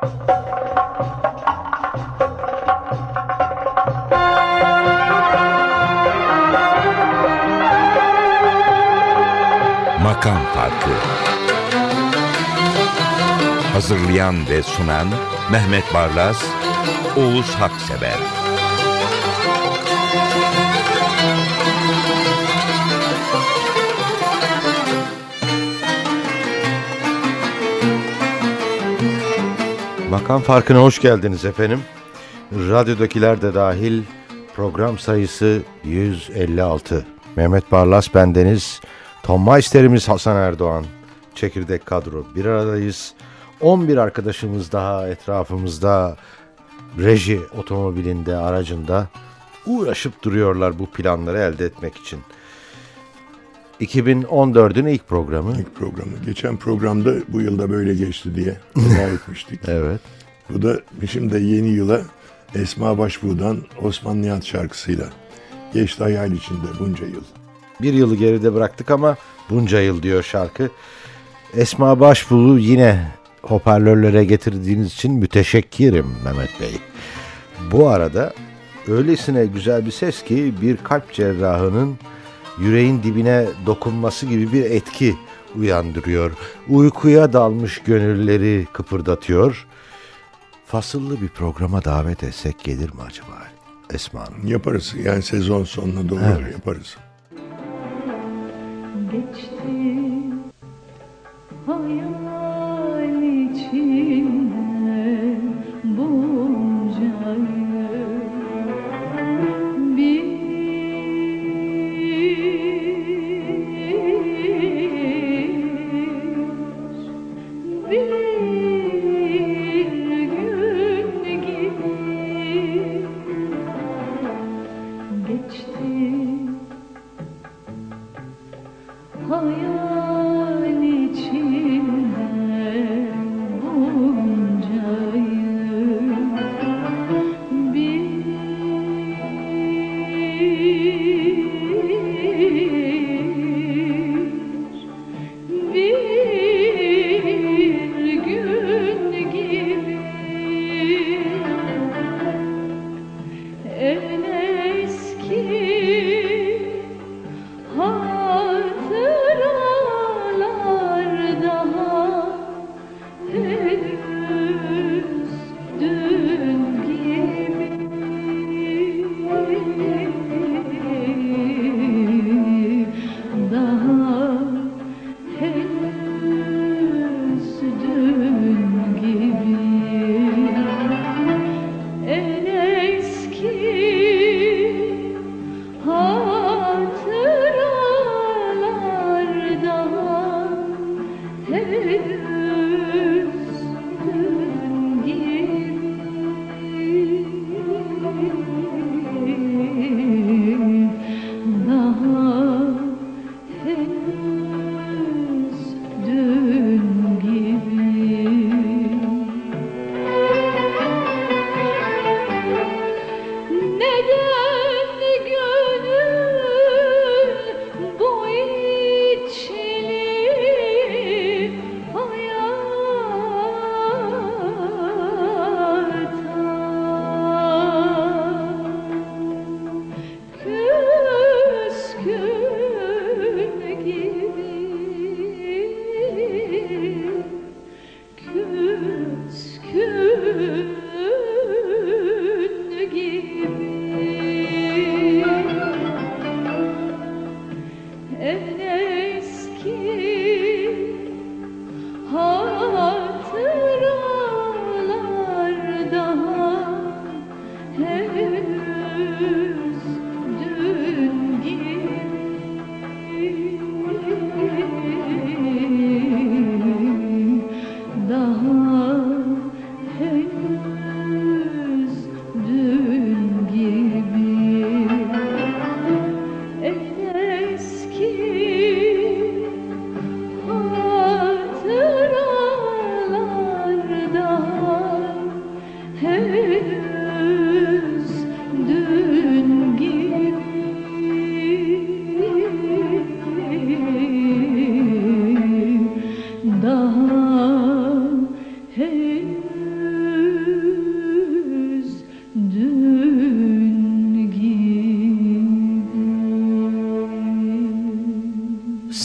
Makam Farkı. Hazırlayan ve sunan Mehmet Barlas, Oğuz Haksever. Makam Farkı'na hoş geldiniz efendim. Radyodakiler de dahil program sayısı 156. Mehmet Barlas bendeniz. Tom Meister'imiz Hasan Erdoğan. Çekirdek kadro bir aradayız. 11 arkadaşımız daha etrafımızda, reji otomobilinde, aracında uğraşıp duruyorlar bu planları elde etmek için. 2014'ün ilk programı. İlk programı. Geçen programda bu yılda böyle geçti diye veda etmiştik. Evet. Bu da şimdi yeni yıla Esma Başbuğ'dan Osman Nihat şarkısıyla geçti hayal içinde bunca yıl. Bir yılı geride bıraktık ama bunca yıl diyor şarkı. Esma Başbuğ'u yine hoparlörlere getirdiğiniz için müteşekkirim Mehmet Bey. Bu arada öylesine güzel bir ses ki bir kalp cerrahının yüreğin dibine dokunması gibi bir etki uyandırıyor. Uykuya dalmış gönülleri kıpırdatıyor. Fasıllı bir programa davet etsek gelir mi acaba Esma Hanım? Yaparız. Yani sezon sonuna doğru yaparız. Geçti hayal içinde bunca yıl, bir gün gibi geçti hayal.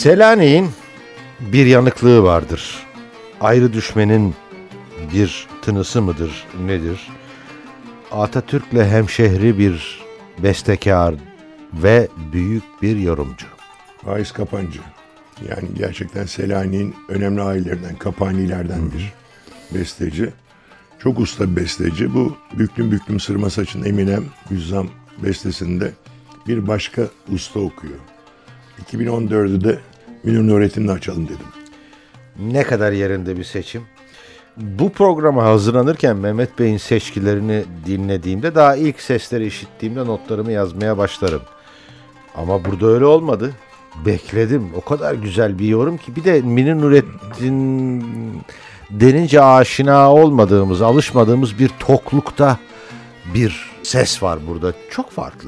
Selanik'in bir yanıklığı vardır. Ayrı düşmenin bir tınısı mıdır, nedir? Atatürk'le hemşehri bir bestekar ve büyük bir yorumcu. Faiz Kapancı. Yani gerçekten Selanik'in önemli ailelerinden, Kapanilerden bir besteci. Çok usta bir besteci. Bu Büklüm Büklüm Sırma Saçın Eminem Hüzzam bestesinde bir başka usta okuyor. 2014'ü de Münir Nurettin'le açalım dedim. Ne kadar yerinde bir seçim. Bu programa hazırlanırken Mehmet Bey'in seçkilerini dinlediğimde, daha ilk sesleri işittiğimde notlarımı yazmaya başlarım. Ama burada öyle olmadı. Bekledim. O kadar güzel bir yorum ki. Bir de Münir Nurettin denince aşina olmadığımız, alışmadığımız bir toklukta bir ses var burada. Çok farklı.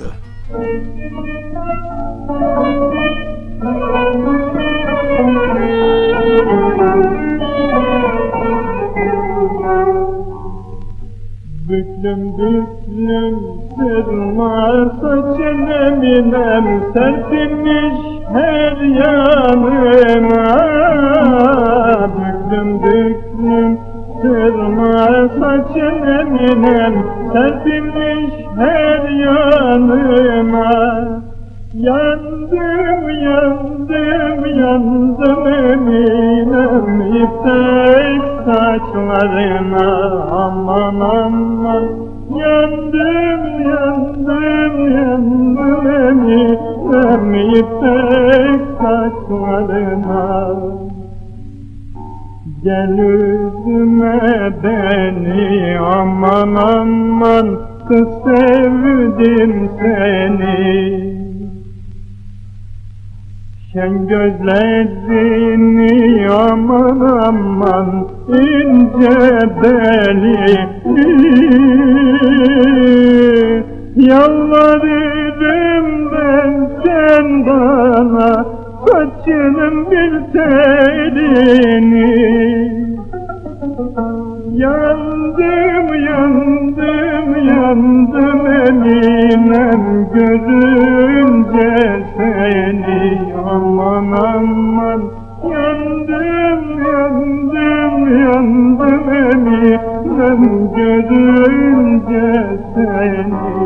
Büklüm büklüm sırma saçın Eminem serpilmiş her yanıma. Büklüm büklüm sırma saçın Eminem serpilmiş her yanıma. Yandım yandım yandım Eminem ipek saçlarına. Aman aman yandım yandım yandım Eminem ipek saçlarına. Gel üzme beni aman aman kız sevdim seni. Şen gözlerini aman aman ince beli. Yalvarırım ben sen bana saçının bir telini. Yandım yandım yandım Eminem görünce seni. Aman aman yandım yandım yandım Eminem görünce seni.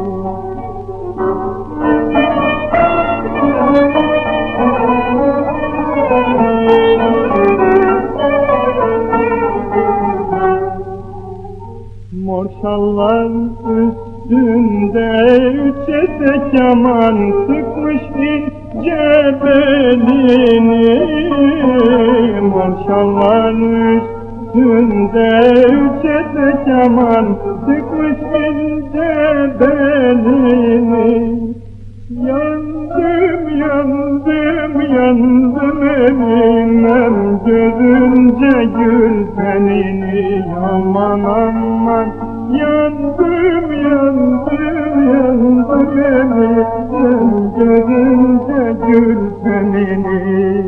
Mor şallar üstünde üç etek yaman sıkmış ince belini. Mor şallar üstünde üç etek yaman sıkmış ince belini. Yandım yandım yandım Eminem görünce gül tenini. Aman aman yandım yandım yandım Eminem görünce gül tenini.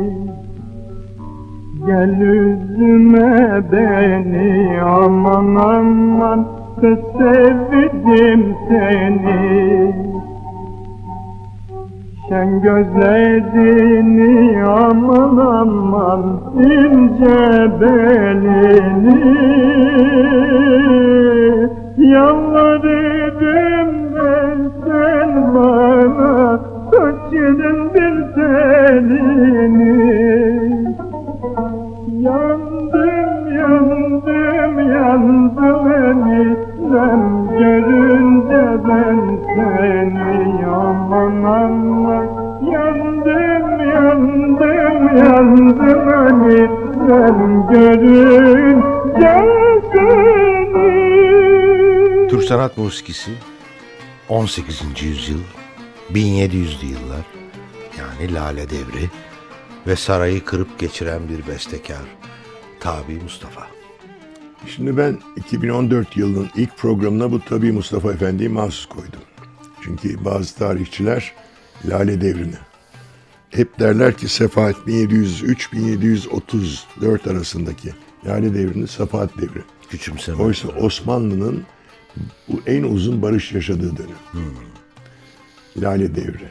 Gel üzme beni aman aman kız sevdim seni. Şen gözlerini aman aman ince belini. Yalvarırım ben sen bana saçının bir telini. Yandım yandım yandım Eminem görünce ben seni. Aman aman yandım yandım yandım Eminem görünce seni. Türk sanat musikisi 18. yüzyıl, 1700'lü yıllar, yani Lale Devri ve sarayı kırıp geçiren bir bestekar Tabi Mustafa. Şimdi ben 2014 yılının ilk programına bu Tabi Mustafa Efendi'yi mahsus koydum. Çünkü bazı tarihçiler Lale Devri'ni hep derler ki Sefahat 1703-1734 arasındaki Lale Devri'nin Safahat Devri. Küçümseme. Oysa Osmanlı'nın bu en uzun barış yaşadığı dönem. Lale Devri.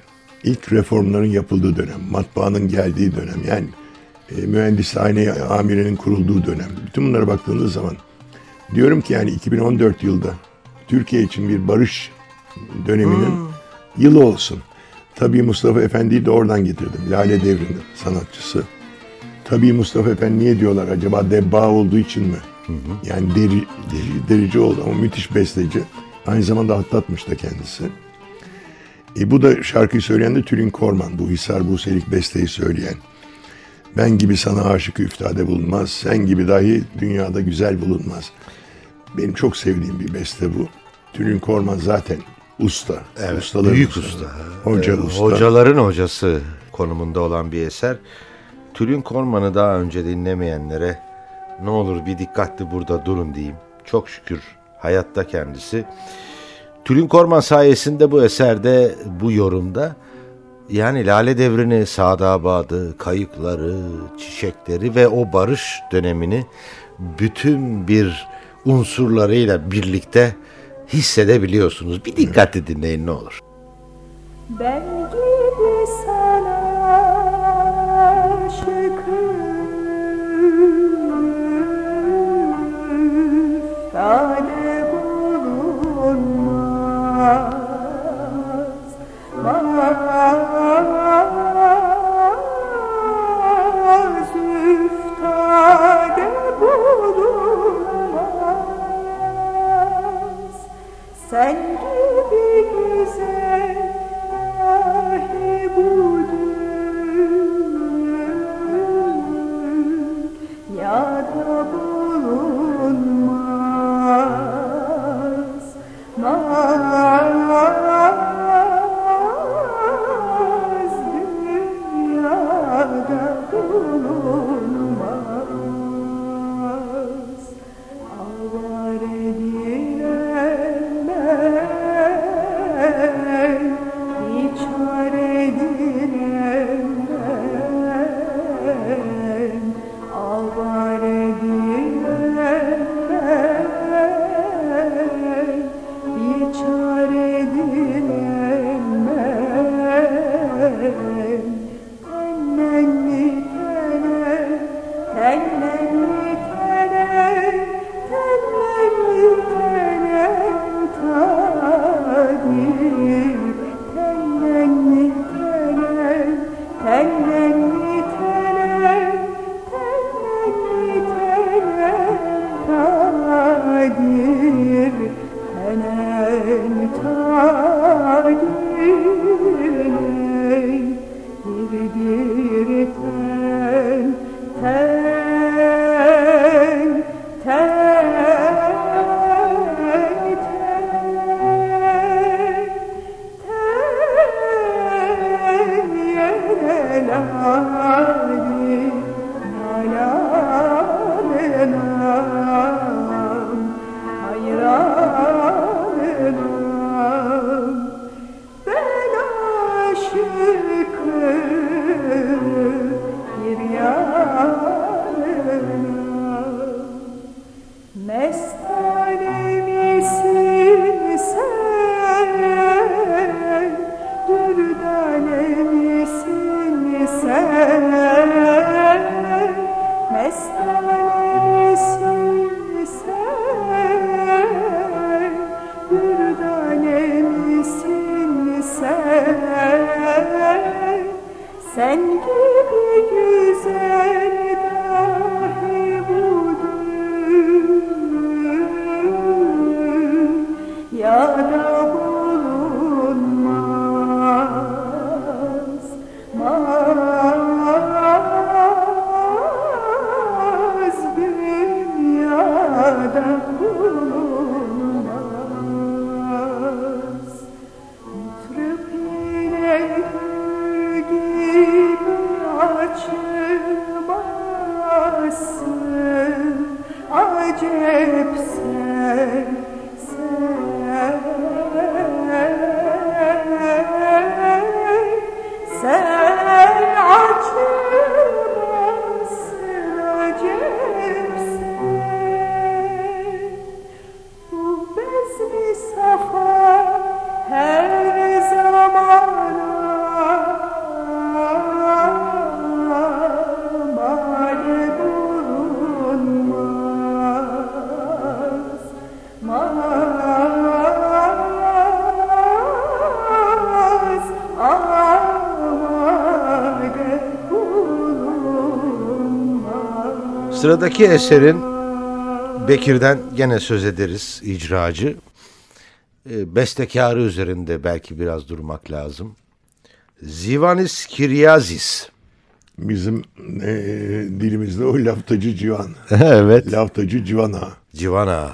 ilk reformların yapıldığı dönem, matbaanın geldiği dönem, yani mühendishane amirinin kurulduğu dönem. Bütün bunlara baktığınız zaman diyorum ki yani 2014 yılda Türkiye için bir barış döneminin yılı olsun. Tabii Mustafa Efendi'yi de oradan getirdim. Lale Devri'nin sanatçısı. Tabii Mustafa Efendi niye diyorlar acaba, debba olduğu için mi? Yani derici oldu ama müthiş besteci. Aynı zamanda hattatmış da kendisi. Bu da şarkıyı söyleyen de Tülin Korman. Bu Hisar Buselik besteyi söyleyen. Ben gibi sana aşık üftade bulunmaz. Sen gibi dahi dünyada güzel bulunmaz. Benim çok sevdiğim bir beste bu. Tülin Korman zaten usta. Evet, büyük usta. Hoca usta. Hocaların hocası konumunda olan bir eser. Tülin Korman'ı daha önce dinlemeyenlere ne olur bir dikkatli burada durun diyeyim. Çok şükür hayatta kendisi. Tülin Korman sayesinde bu eserde, bu yorumda yani Lale Devri'ni, Sadabat'ı, kayıkları, çiçekleri ve o barış dönemini bütün bir unsurlarıyla birlikte hissedebiliyorsunuz. Bir dikkatli dinleyin ne olur. Ben gibi sana aşıkım, üftade bulunmaz, üftade bulunmaz. Sen gibi güzel dahi bu dünyada bulunmaz. Dünyada bulunmaz. Avare diremem, biçare diremem, avare diremem, biçare diremem. Tennenli tenem, tennenli tenem, tennenli tenem tadir. Tennenli tenem, tennenli tenem, tennenli tenem tadir. Tenem tadir. Bir ten, ten, ten, ten, yeneladi, nalalenam, hayranenam. Ben aşıkım bir yarına, mestane misin sen, dürdane misin sen, mestane misin sen, dürdane misin sen, sen gibi güzel dahi bu dünyada bulunmaz, dünyada bulunmaz. Mıtrıp yine gibi açılmazsın, acep sen, sen açılmazsın, acep sen. Sıradaki eserin Bekir'den gene söz ederiz, icracı. Bestekarı üzerinde belki biraz durmak lazım. Zivanis Kiryazis. Bizim dilimizde o laftacı civan. Evet. Laftacı civana. Civana.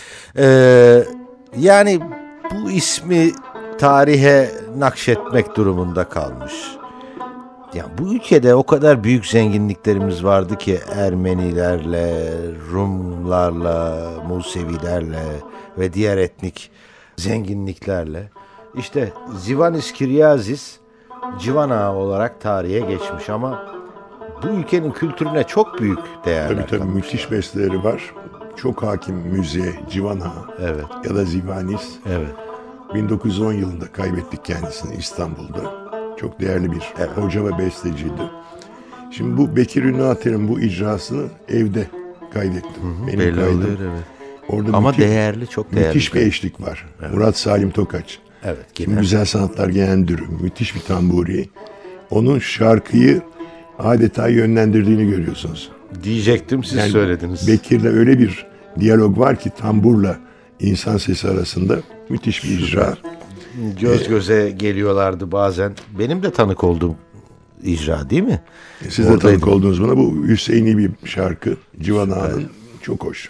Yani bu ismi tarihe nakşetmek durumunda kalmış. Ya bu ülkede o kadar büyük zenginliklerimiz vardı ki Ermenilerle, Rumlarla, Musevilerle ve diğer etnik zenginliklerle. İşte Zivanis Kiryazis Civana olarak tarihe geçmiş ama bu ülkenin kültürüne çok büyük değerler Tabii kalmış. müthiş besteleri var. Çok hakim müziğe, civana Evet. ya da zivanis. Evet. 1910 yılında kaybettik kendisini İstanbul'da. Çok değerli bir hoca ve besteciydi. Şimdi bu Bekir Ünlü Ater'in bu icrasını evde kaydettim. Benim Belli kaydım. oluyor, evet. Orada Ama değerli, çok değerli. müthiş bir eşlik var. Evet. Murat Salim Tokaç. Evet. Şimdi Güzel Sanatlar Genel Müdürü. Müthiş bir tamburi. Onun şarkıyı adeta yönlendirdiğini görüyorsunuz. Diyecektim, siz söylediniz. Bekir'le öyle bir diyalog var ki tamburla insan sesi arasında müthiş bir icra. Göz göze geliyorlardı bazen. Benim de tanık olduğum icra değil mi? Siz de tanık oldunuz buna. Bu Hüseyin'i bir şarkı. Civana'nın çok hoş.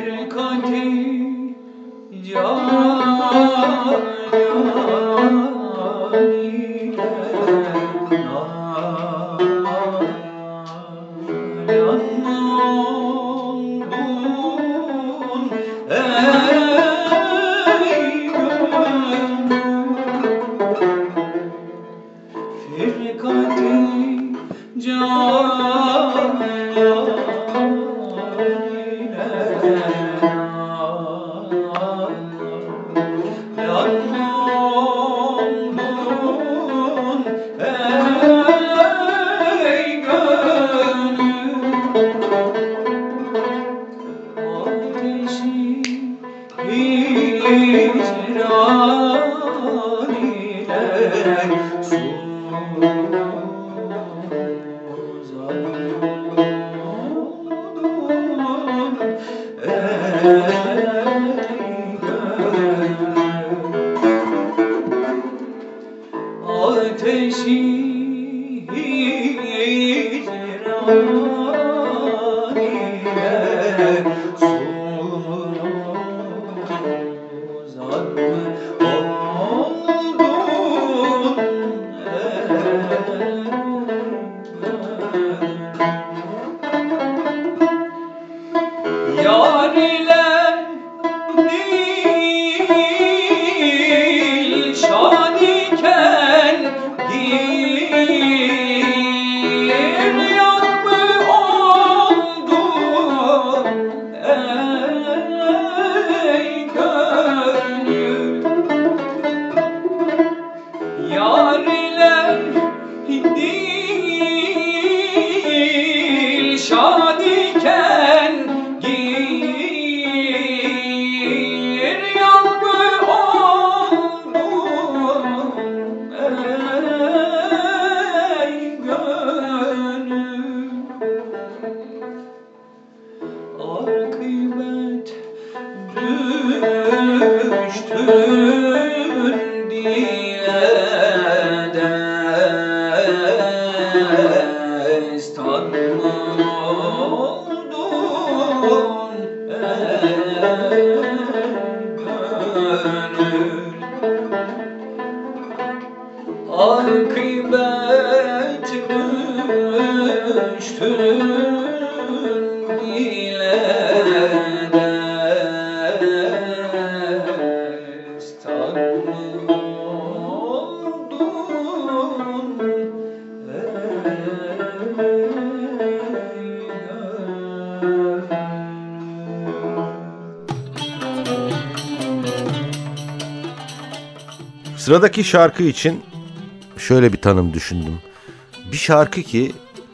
Sıradaki şarkı için şöyle bir tanım düşündüm. Bir şarkı ki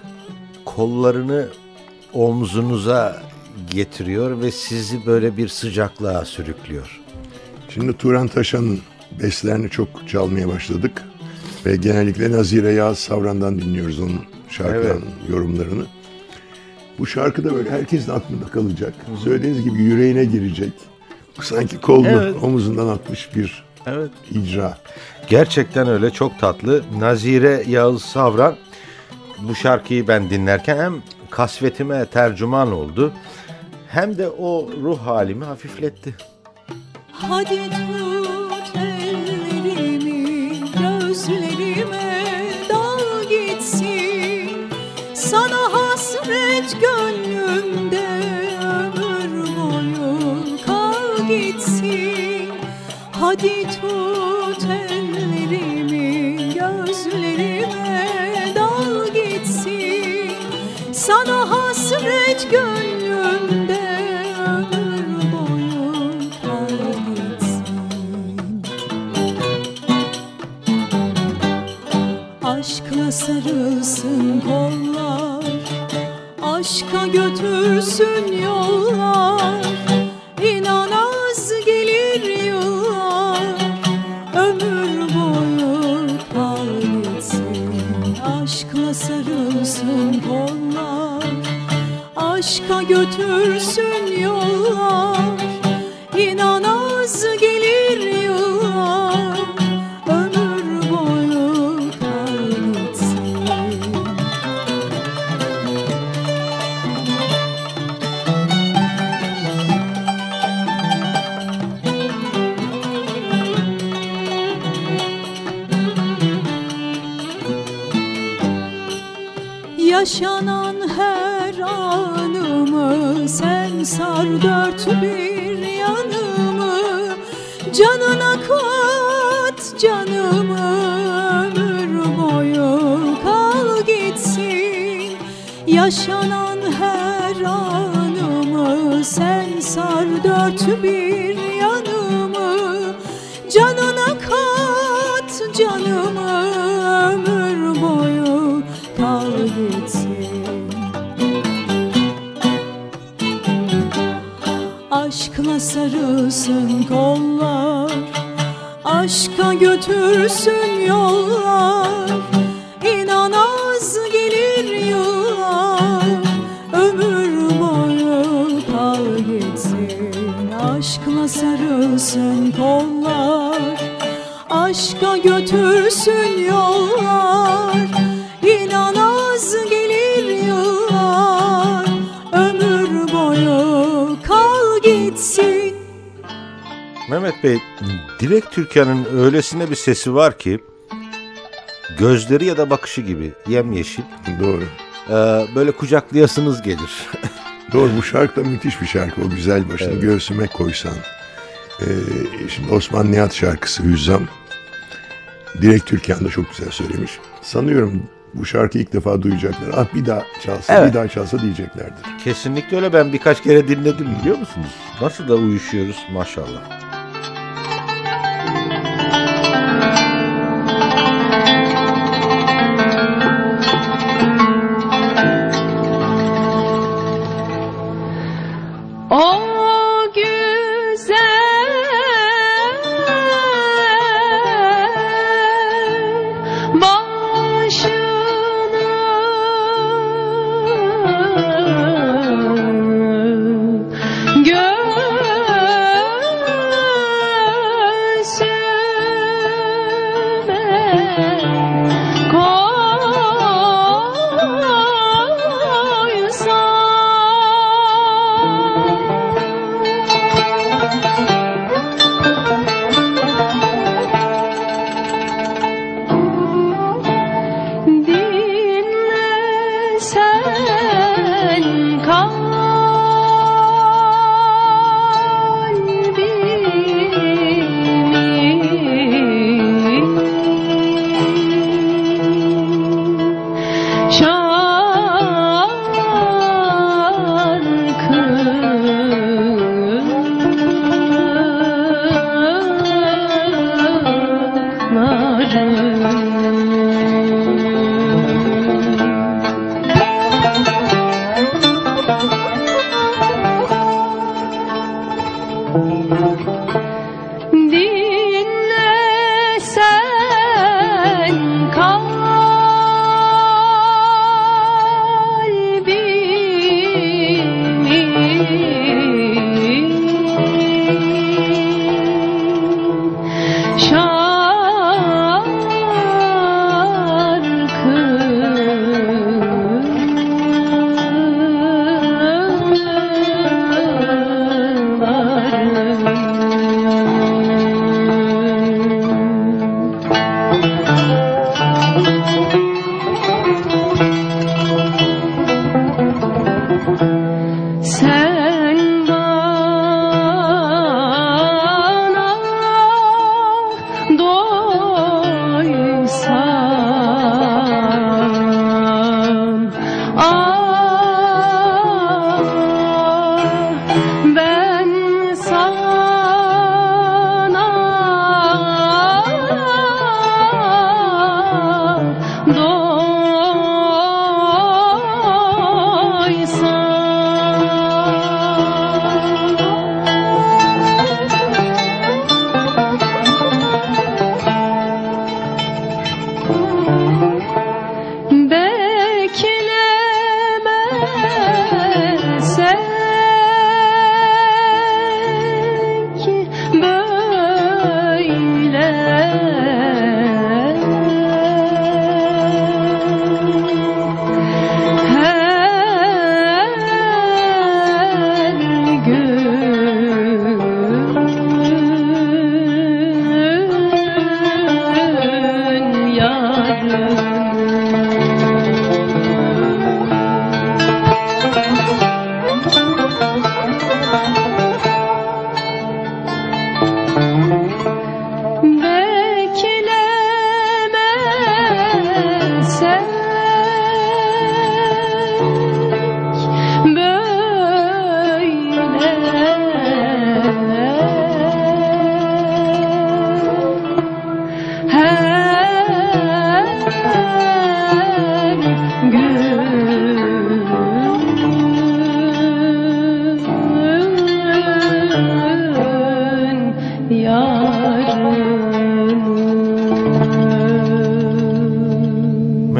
kollarını omzunuza getiriyor ve sizi böyle bir sıcaklığa sürüklüyor. Şimdi Turan Taşan'ın bestelerini çok çalmaya başladık. Ve genellikle Nazire Yağız Savran'dan dinliyoruz onun şarkılarının yorumlarını. Bu şarkı da böyle herkesin aklında kalacak. Söylediğiniz gibi yüreğine girecek. Sanki kolunu omuzundan atmış bir icra. Gerçekten öyle, çok tatlı. Nazire Yağız Savran bu şarkıyı ben dinlerken hem kasvetime tercüman oldu hem de o ruh halimi hafifletti. Hadi tut ellerimi, gözlerime dal gitsin. Sana hasret gönlümde ömür boyu kal gitsin. Hadi tut ellerimi, gözlerime dal gitsin. Sana hasret gönlümde ömür boyu kal gitsin. Aşkla sarılsın kollar, aşka götürsün yollar. İnan az gelir yıllar, ömür boyu kal gitsin. Aşkla sarılsın kollar, aşka götürsün yollar. İnan az gelir yıllar, ömür boyu kal gitsin. Yaşanan her anımı sen sar dört bir yanımı. Canına kat canımı, ömür boyu kal gitsin. Yaşanan her anımı sen sar dört bir yanımı. Canına kat canımı, ömür boyu kal gitsin. Aşkla sarılsın kollar, aşka götürsün yollar. İnan az gelir yıllar, ömür boyu kal gitsin. Aşkla sarılsın kollar, aşka götürsün yollar. İnan az gelir yıllar, ömür boyu kal gitsin. Mehmet Bey, Dilek Türkan'ın öylesine bir sesi var ki gözleri ya da bakışı gibi yemyeşil. Doğru. Böyle kucaklayasınız gelir. Doğru, bu şarkı da müthiş bir şarkı. O güzel başını göğsüme koysan. Şimdi Osman Nihat şarkısı Hüzzam. Dilek Türkan da çok güzel söylemiş. Sanıyorum bu şarkıyı ilk defa duyacaklar. Ah bir daha çalsa, bir daha çalsa diyeceklerdir. Kesinlikle öyle, ben birkaç kere dinledim biliyor musunuz? Nasıl da uyuşuyoruz maşallah. O güzel başını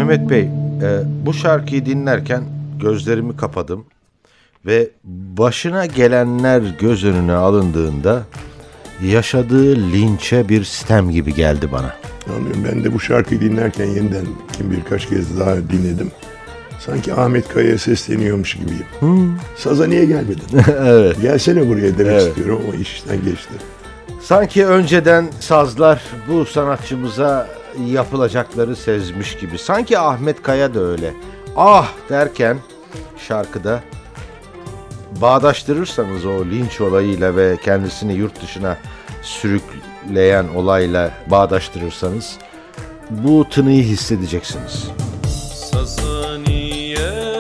Mehmet Bey, bu şarkıyı dinlerken gözlerimi kapadım ve başına gelenler göz önüne alındığında yaşadığı linçe bir sitem gibi geldi bana. Anlıyorum. Ben de bu şarkıyı dinlerken yeniden birkaç kez daha dinledim. Sanki Ahmet Kaya'ya sesleniyormuş gibiyim. Saza niye gelmedin? Evet. Gelsene buraya demek istiyorum ama iş işten geçti. Sanki önceden sazlar bu sanatçımıza yapılacakları sezmiş gibi. Sanki Ahmet Kaya da öyle. Ah derken şarkıda bağdaştırırsanız o linç olayıyla ve kendisini yurt dışına sürükleyen olayla bağdaştırırsanız bu tınıyı hissedeceksiniz. Saza niye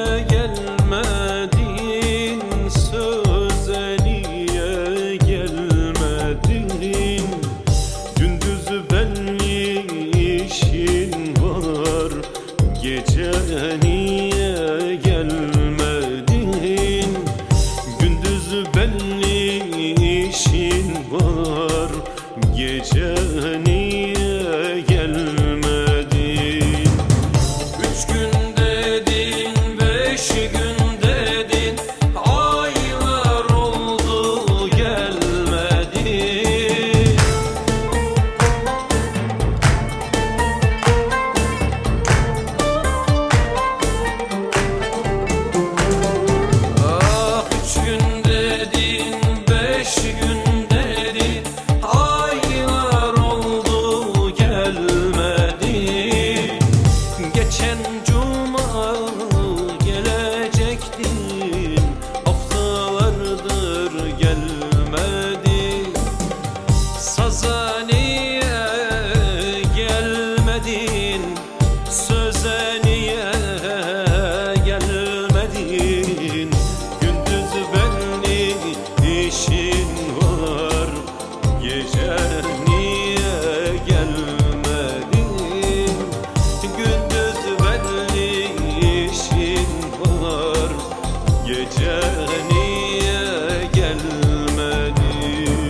gelmedin, söze niye gelmedin, gündüzü belli işin var, gece niye gelmedin, gündüzü belli işin var, gece niye gelmedin. 3 gün dedin, 5 gün dedin, aylar oldu gelmedin. Ah 3 gün dedin, 5 gün dedin, aylar oldu gelmedin. Geçen cuma gelecektin, haftalardır gelmedin. Saza niye gelmedin, söze niye gelmedin, gündüz belli işin var, gece niye gelmedin, gündüz belli işin var, gece niye gelmedin.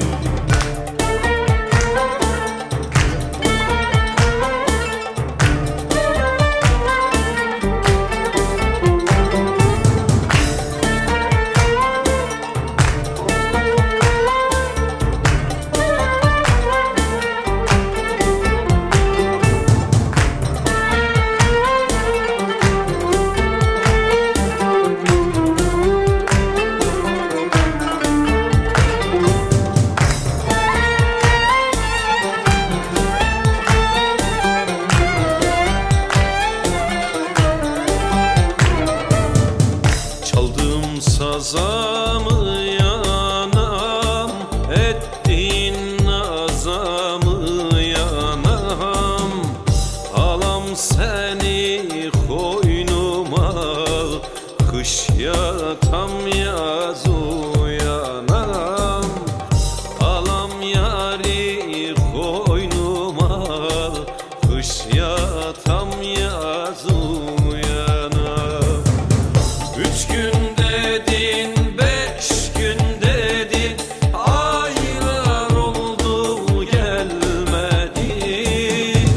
Çaldım sazamı yanam, ettiğin nazamı yanam. Alam seni koynuma, kış yatam yaz uyanam. Alam yari koynuma, kış yatam yaz uyanam. 3 gün dedin, 5 gün dedin, aylar oldu gelmedin.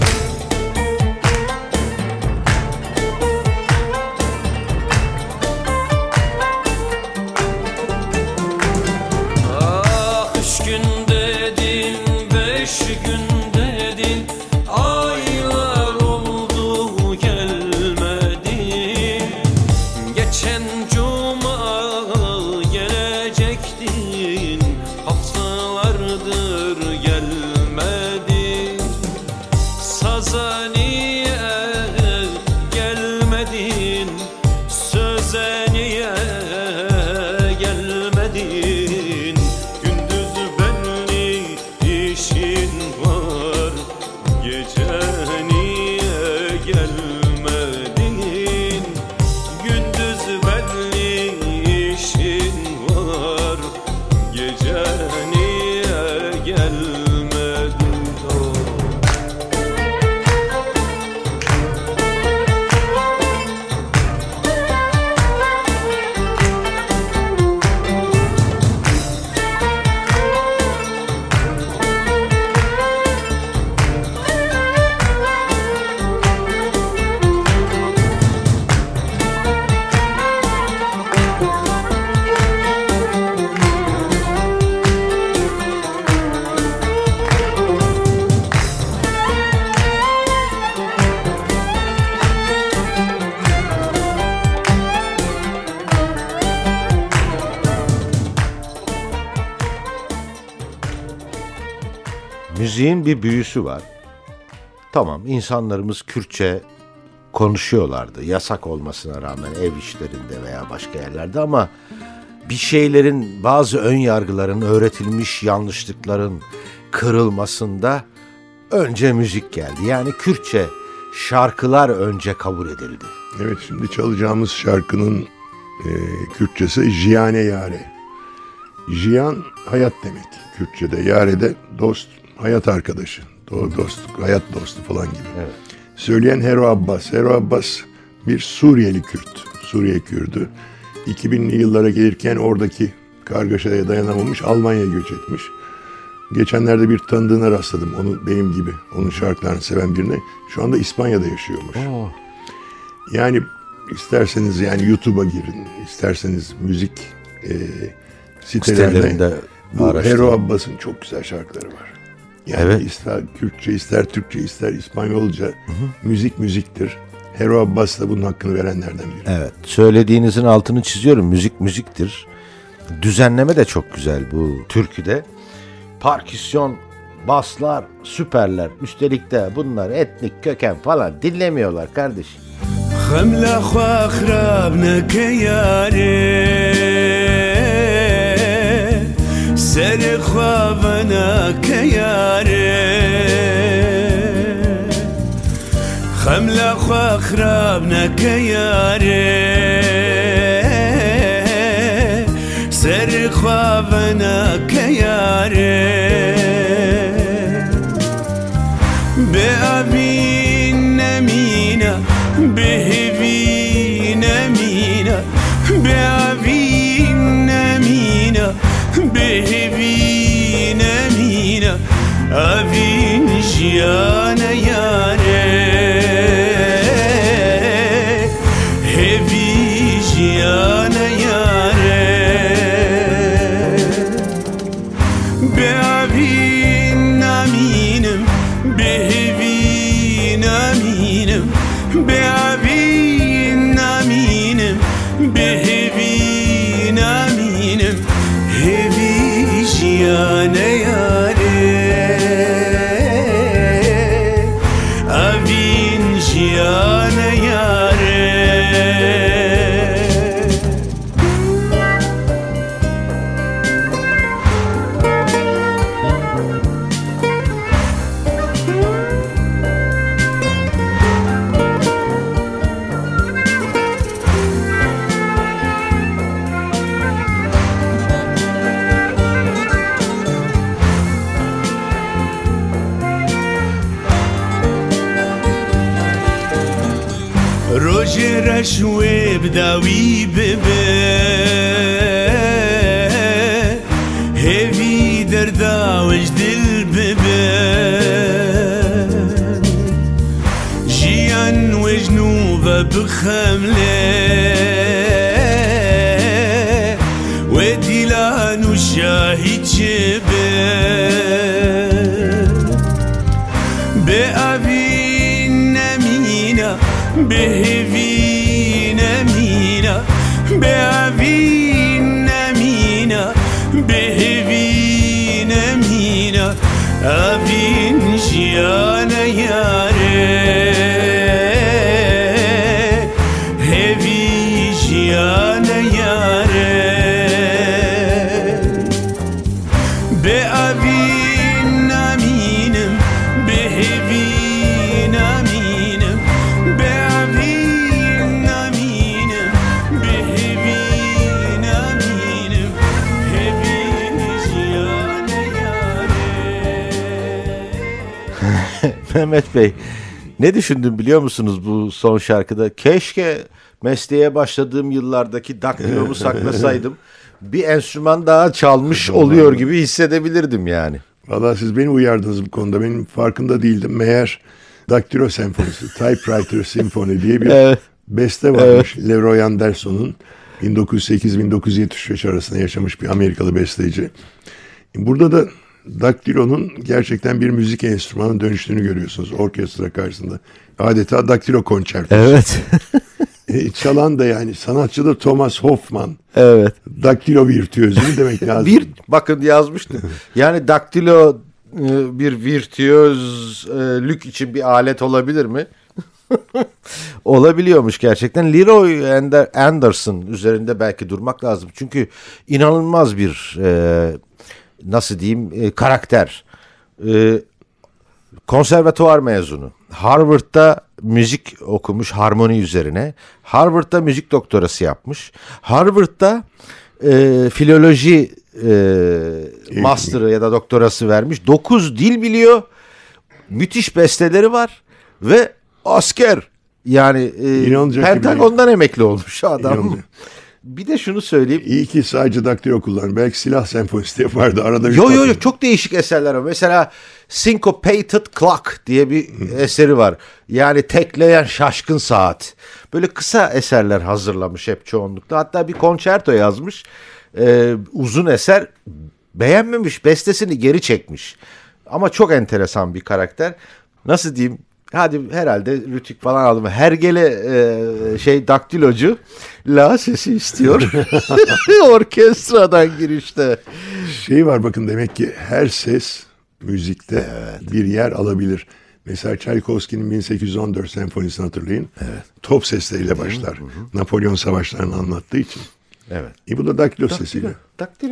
Ah 3 gün dedin, 5 gün dedin, aylar oldu gelmedin. Geçen cuma gelecektin, haftalardır gelmedin. Saza niye gelmedin, söze niye gelmedin, gündüz belli işin var. Müziğin bir büyüsü var. Tamam, insanlarımız Kürtçe konuşuyorlardı. Yasak olmasına rağmen ev işlerinde veya başka yerlerde, ama bir şeylerin, bazı ön yargıların, öğretilmiş yanlışlıkların kırılmasında önce müzik geldi. Yani Kürtçe şarkılar önce kabul edildi. Evet, şimdi çalacağımız şarkının Kürtçesi Jiyane Yare. Jiyan hayat demek Kürtçe'de. Yare de dost, hayat arkadaşı. Dost, hayat dostu falan gibi. Evet. Söyleyen Hero Abbas. Hero Abbas bir Suriyeli Kürt. Suriye Kürdü. 2000'li yıllara gelirken oradaki kargaşaya dayanamamış, Almanya'ya göç etmiş. Geçenlerde bir tanıdığına rastladım. Onu benim gibi, onun şarkılarını seven birine. Şu anda İspanya'da yaşıyormuş. Yani isterseniz yani YouTube'a girin, isterseniz müzik sitelerinde bu Hero Abbas'ın çok güzel şarkıları var. Yani evet. ister Kürtçe, ister Türkçe, ister İspanyolca, müzik müziktir. Hero Abbas da bunun hakkını verenlerden biri. Evet, söylediğinizin altını çiziyorum. Müzik müziktir. Düzenleme de çok güzel bu türküde. Parküsyon, baslar, süperler. Üstelik de bunlar etnik köken falan dinlemiyorlar kardeşim. خملا خوا خراب نکیاره سر خواب نکیاره خملا خوا خراب نکیاره سر خواب نکیاره به آبین نمینه بهوی نمینه به آبی نمینه بهوی نمینه آبین جیان یاره هوی جیان یاره به آبی نمینم بهوی نمینم به آبی نمینم بهوی نمینم هوی جیان یاره آبین جیان یاره روژه رشوه بداوی ببه هوی درداوش دل ببه جیان و جنوب بخمله و دیلان و شاهی چبه به آبی نمینه بهوی نمینه به آبی نمینه بهوی نمینه آبین جیان یاره هوی جیان یاره به آبی نمینم بهوی نمینم به آبی نمینم بهوی نمینم هوی جیان یاره. Mehmet Bey, ne düşündüm biliyor musunuz bu son şarkıda? Keşke mesleğe başladığım yıllardaki daktilomu saklasaydım. Bir enstrüman daha çalmış oluyor gibi hissedebilirdim yani. Vallahi siz beni uyardınız bu konuda. Benim farkında değildim. Meğer Daktilo Senfonisi, Typewriter Symphony diye bir beste varmış. Leroy Anderson'un 1908-1975 arasında yaşamış bir Amerikalı besteci. Burada da daktilonun gerçekten bir müzik enstrümanına dönüştüğünü görüyorsunuz orkestra karşısında. Adeta daktilo konçertosu. Evet. Çalan da yani sanatçı da Thomas Hoffman. Evet. Daktilo virtüözü demek lazım. Bakın yazmıştı. Yani daktilo bir virtüözlük için bir alet olabilir mi? Olabiliyormuş gerçekten. Leroy Anderson üzerinde belki durmak lazım. Çünkü inanılmaz bir nasıl diyeyim karakter. Konservatuvar mezunu. Harvard'da müzik okumuş harmoni üzerine. Harvard'da müzik doktorası yapmış. Harvard'da filoloji master'ı ya da doktorası vermiş. 9 dil biliyor. Müthiş besteleri var ve asker. Yani Pentagon'dan emekli olmuş adam. İnanılacak. Bir de şunu söyleyeyim. İyi ki sadece daktilo kullanır. Belki silah senfonisi yapardı. Arada bir Yo çok değişik eserler var. Mesela Syncopated Clock diye bir eseri var. Yani tekleyen şaşkın saat. Böyle kısa eserler hazırlamış hep çoğunlukla. Hatta bir konçerto yazmış. Uzun eser beğenmemiş. Bestesini geri çekmiş. Ama çok enteresan bir karakter. Nasıl diyeyim? Hadi herhalde rütük falan aldım. Hergele daktilocu la sesi istiyor. Orkestradan girişte. Şey var bakın, demek ki her ses müzikte bir yer alabilir. Mesela Tchaikovsky'nin 1814 senfonisini hatırlayın. Evet. Top sesleriyle başlar. Napolyon savaşlarını anlattığı için. Evet. Bu da daktilo sesiyle. Daktilo.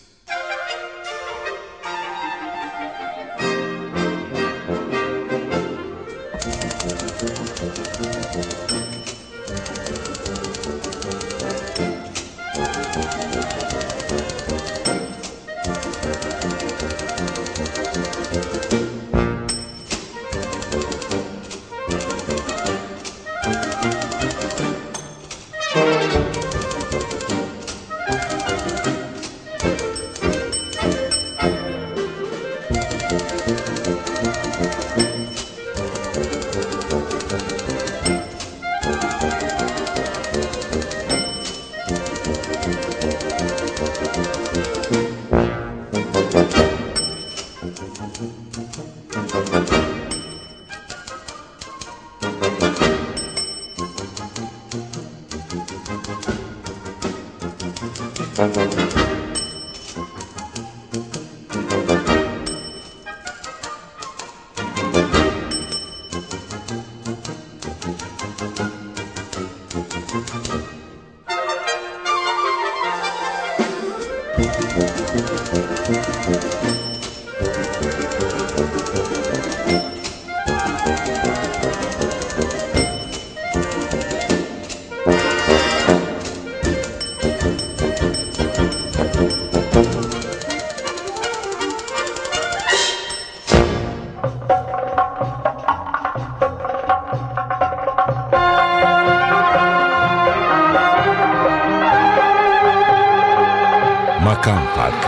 Makam Farkı.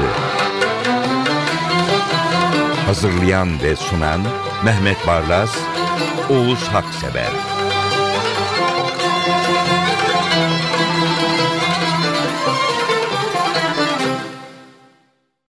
Hazırlayan ve sunan Mehmet Barlas, Oğuz Haksever.